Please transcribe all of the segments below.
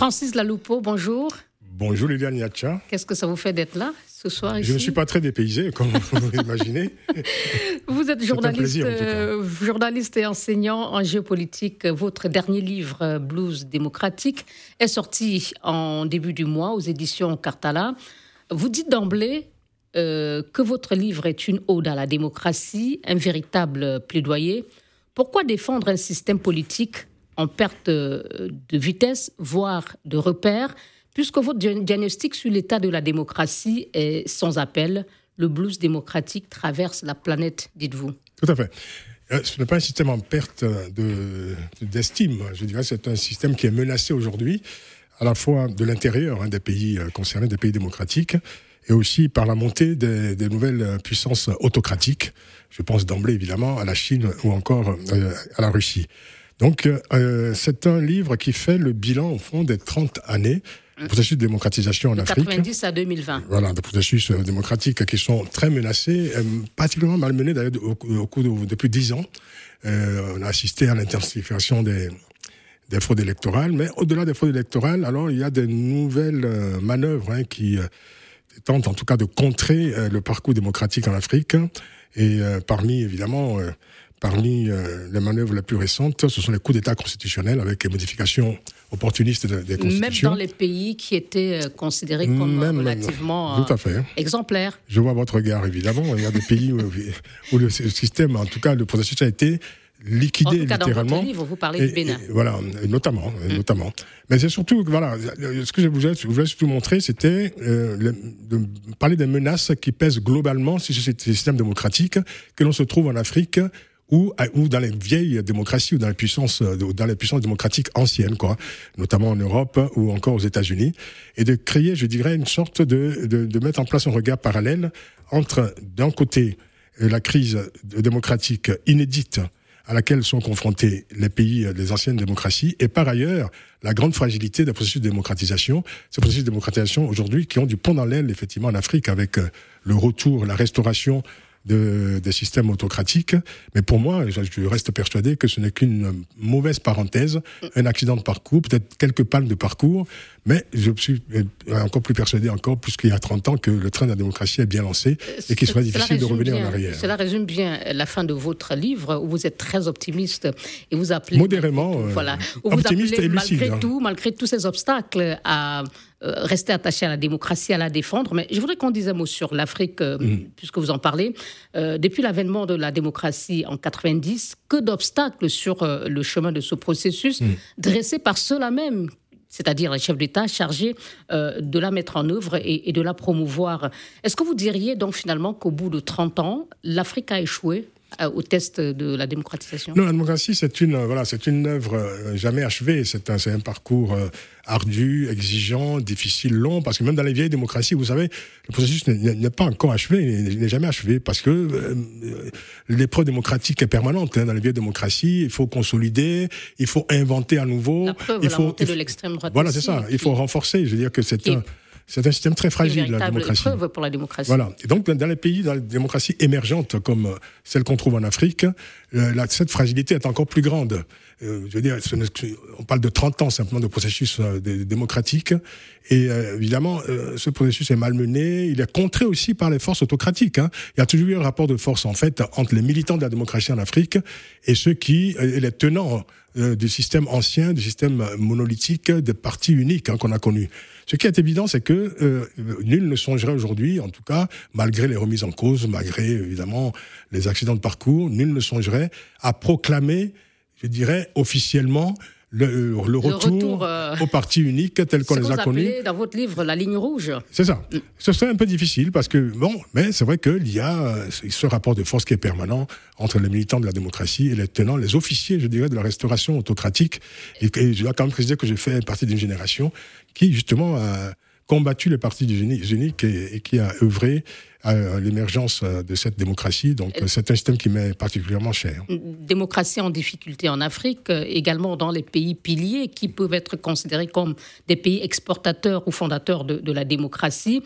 Francis Laloupeau, bonjour. Bonjour Liliane Niacha. Qu'est-ce que ça vous fait d'être là ce soir ici? Je ne suis pas très dépaysé, comme vous l'imaginez. Vous êtes journaliste, plaisir, journaliste et enseignant en géopolitique. Votre dernier livre, Blues démocratique, est sorti en début du mois aux éditions Cartala. Vous dites d'emblée que votre livre est une ode à la démocratie, un véritable plaidoyer. Pourquoi défendre un système politique en perte de vitesse, voire de repères, puisque votre diagnostic sur l'état de la démocratie est sans appel? Le blues démocratique traverse la planète, dites-vous. Tout à fait. Ce n'est pas un système en perte d'estime. Je dirais que c'est un système qui est menacé aujourd'hui, à la fois de l'intérieur des pays concernés, des pays démocratiques, et aussi par la montée des nouvelles puissances autocratiques. Je pense d'emblée, évidemment, à la Chine ou encore à la Russie. Donc, c'est un livre qui fait le bilan, au fond, des 30 années du processus de démocratisation en Afrique. De 90 à 2020. Voilà, des processus démocratiques qui sont très menacés, particulièrement malmenés d'ailleurs au cours depuis 10 ans. On a assisté à l'intensification des fraudes électorales, mais au-delà des fraudes électorales, alors il y a des nouvelles manœuvres qui tentent en tout cas de contrer le parcours démocratique en Afrique. Et parmi les manœuvres les plus récentes, ce sont les coups d'État constitutionnels avec les modifications opportunistes des constitutions. Même dans les pays qui étaient considérés comme relativement exemplaires. Je vois votre regard, évidemment. Il y a des pays où le système, en tout cas, le processus a été liquidé, en tout cas, littéralement. Dans votre livre, vous parlez du Bénin. Voilà, notamment. Mais c'est surtout, voilà, ce que je voulais surtout montrer, c'était de parler des menaces qui pèsent globalement sur ce système démocratique que l'on se trouve en Afrique ou dans les vieilles démocraties ou dans les puissances démocratiques anciennes, notamment en Europe ou encore aux États-Unis, et de créer, je dirais, une sorte de mettre en place un regard parallèle entre, d'un côté, la crise démocratique inédite à laquelle sont confrontés les pays des anciennes démocraties, et par ailleurs, la grande fragilité des processus de démocratisation. Ces processus de démocratisation, aujourd'hui, qui ont du plomb dans l'aile, effectivement, en Afrique, avec le retour, la restauration des systèmes autocratiques. Mais pour moi, je reste persuadé que ce n'est qu'une mauvaise parenthèse, un accident de parcours, peut-être quelques palmes de parcours, mais je suis encore plus persuadé, plus qu'il y a 30 ans, que le train de la démocratie est bien lancé et qu'il serait difficile de revenir en arrière. Cela résume bien la fin de votre livre, où vous êtes très optimiste et vous appelez... Modérément optimiste et lucide. Malgré tous ces obstacles à rester attaché à la démocratie, à la défendre. Mais je voudrais qu'on dise un mot sur l'Afrique, puisque vous en parlez. Depuis l'avènement de la démocratie en 90, que d'obstacles sur le chemin de ce processus, dressés par ceux-là même, c'est-à-dire les chefs d'État chargés de la mettre en œuvre et de la promouvoir. Est-ce que vous diriez donc finalement qu'au bout de 30 ans, l'Afrique a échoué au test de la démocratisation? Non, la démocratie, c'est une œuvre jamais achevée. C'est un parcours ardu, exigeant, difficile, long, parce que même dans les vieilles démocraties, vous savez, le processus n'est pas encore achevé, il n'est jamais achevé, parce que l'épreuve démocratique est permanente. Dans les vieilles démocraties, il faut consolider, il faut inventer à nouveau. La preuve, la montée de l'extrême droite. Voilà, c'est ça. Il faut renforcer. Je veux dire que c'est un système très fragile, la démocratie. Une épreuve pour la démocratie. Voilà. Et donc, dans les démocraties émergentes, comme celle qu'on trouve en Afrique, cette fragilité est encore plus grande. Je veux dire, on parle de 30 ans simplement de processus démocratique. Et évidemment, ce processus est malmené. Il est contré aussi par les forces autocratiques. Il y a toujours eu un rapport de force, en fait, entre les militants de la démocratie en Afrique et les tenants du système ancien, du système monolithique, des partis uniques qu'on a connus. Ce qui est évident, c'est que nul ne songerait aujourd'hui, en tout cas, malgré les remises en cause, malgré évidemment les accidents de parcours, nul ne songerait à proclamer, je dirais, officiellement le retour au parti unique tel qu'on les a connus. C'est ce que vous appelez dans votre livre la ligne rouge. C'est ça. Ce serait un peu difficile parce que, mais c'est vrai qu'il y a ce rapport de force qui est permanent entre les militants de la démocratie et les tenants, les officiers, je dirais, de la restauration autocratique. Et je dois quand même préciser que je fais partie d'une génération qui, justement, a combattu les partis uniques et qui a œuvré à l'émergence de cette démocratie. Donc, c'est un système qui m'est particulièrement cher. Démocratie en difficulté en Afrique, également dans les pays piliers qui peuvent être considérés comme des pays exportateurs ou fondateurs de la démocratie.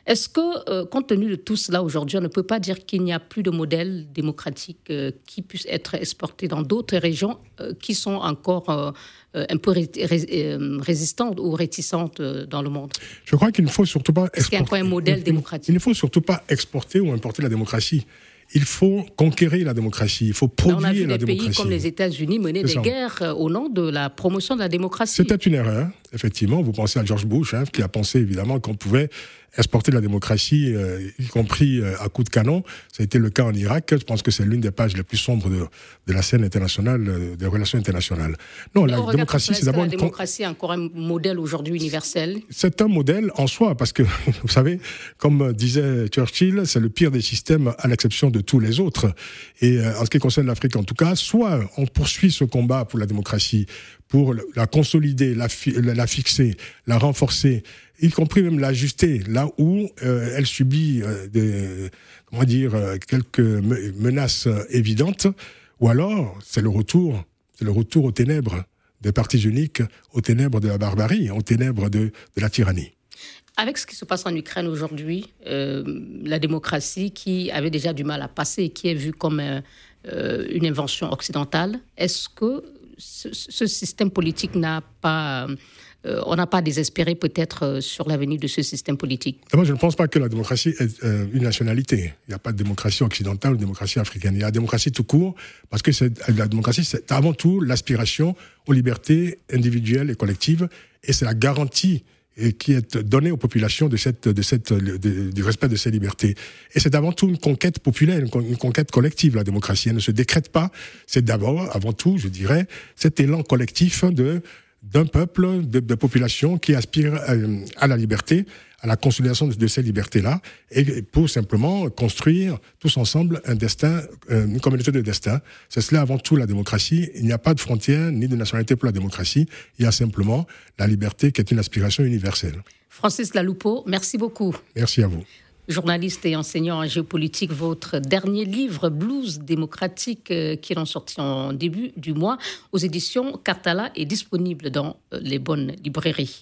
Est-ce que, compte tenu de tout cela aujourd'hui, on ne peut pas dire qu'il n'y a plus de modèle démocratique qui puisse être exporté dans d'autres régions qui sont encore un peu résistantes ou réticentes dans le monde? Je crois qu'il ne faut surtout pas exporter. Est-ce qu'il y a encore un modèle démocratique? Il ne faut surtout pas exporter ou importer la démocratie. Il faut conquérir la démocratie, il faut produire la démocratie. On a vu des pays comme les États-Unis mener des guerres au nom de la promotion de la démocratie. C'était une erreur, effectivement. Vous pensez à George Bush, qui a pensé évidemment qu'on pouvait exporter la démocratie, y compris à coups de canon. Ça a été le cas en Irak. Je pense que c'est l'une des pages les plus sombres de la scène internationale, des relations internationales. Non, la démocratie, c'est d'abord... La démocratie est encore un modèle aujourd'hui universel? C'est un modèle en soi, parce que, vous savez, comme disait Churchill, c'est le pire des systèmes à l'exception de tous les autres. Et en ce qui concerne l'Afrique, en tout cas, soit on poursuit ce combat pour la démocratie, pour la consolider, la fixer, la renforcer, y compris même l'ajuster là où elle subit quelques menaces évidentes, ou alors c'est le retour aux ténèbres des partis uniques, aux ténèbres de la barbarie, aux ténèbres de la tyrannie. Avec ce qui se passe en Ukraine aujourd'hui, la démocratie qui avait déjà du mal à passer et qui est vue comme une invention occidentale, est-ce que ce système politique n'a pas... on n'a pas désespéré peut-être sur l'avenir de ce système politique? D'abord, je ne pense pas que la démocratie est une nationalité. Il n'y a pas de démocratie occidentale ou de démocratie africaine. Il y a la démocratie tout court, parce que la démocratie, c'est avant tout l'aspiration aux libertés individuelles et collectives, et c'est la garantie qui est donnée aux populations du respect de ces libertés. Et c'est avant tout une conquête populaire, une conquête collective, la démocratie. Elle ne se décrète pas. C'est d'abord, avant tout, je dirais, cet élan collectif d'un peuple, de population qui aspire à la liberté, à la consolidation de ces libertés-là, et pour simplement construire tous ensemble un destin, une communauté de destin. C'est cela avant tout la démocratie. Il n'y a pas de frontières ni de nationalité pour la démocratie. Il y a simplement la liberté qui est une aspiration universelle. Francis Laloupeau, merci beaucoup. Merci à vous. Journaliste et enseignant en géopolitique, votre dernier livre, Blues démocratique, qui est sorti en début du mois aux éditions Cartala, est disponible dans les bonnes librairies.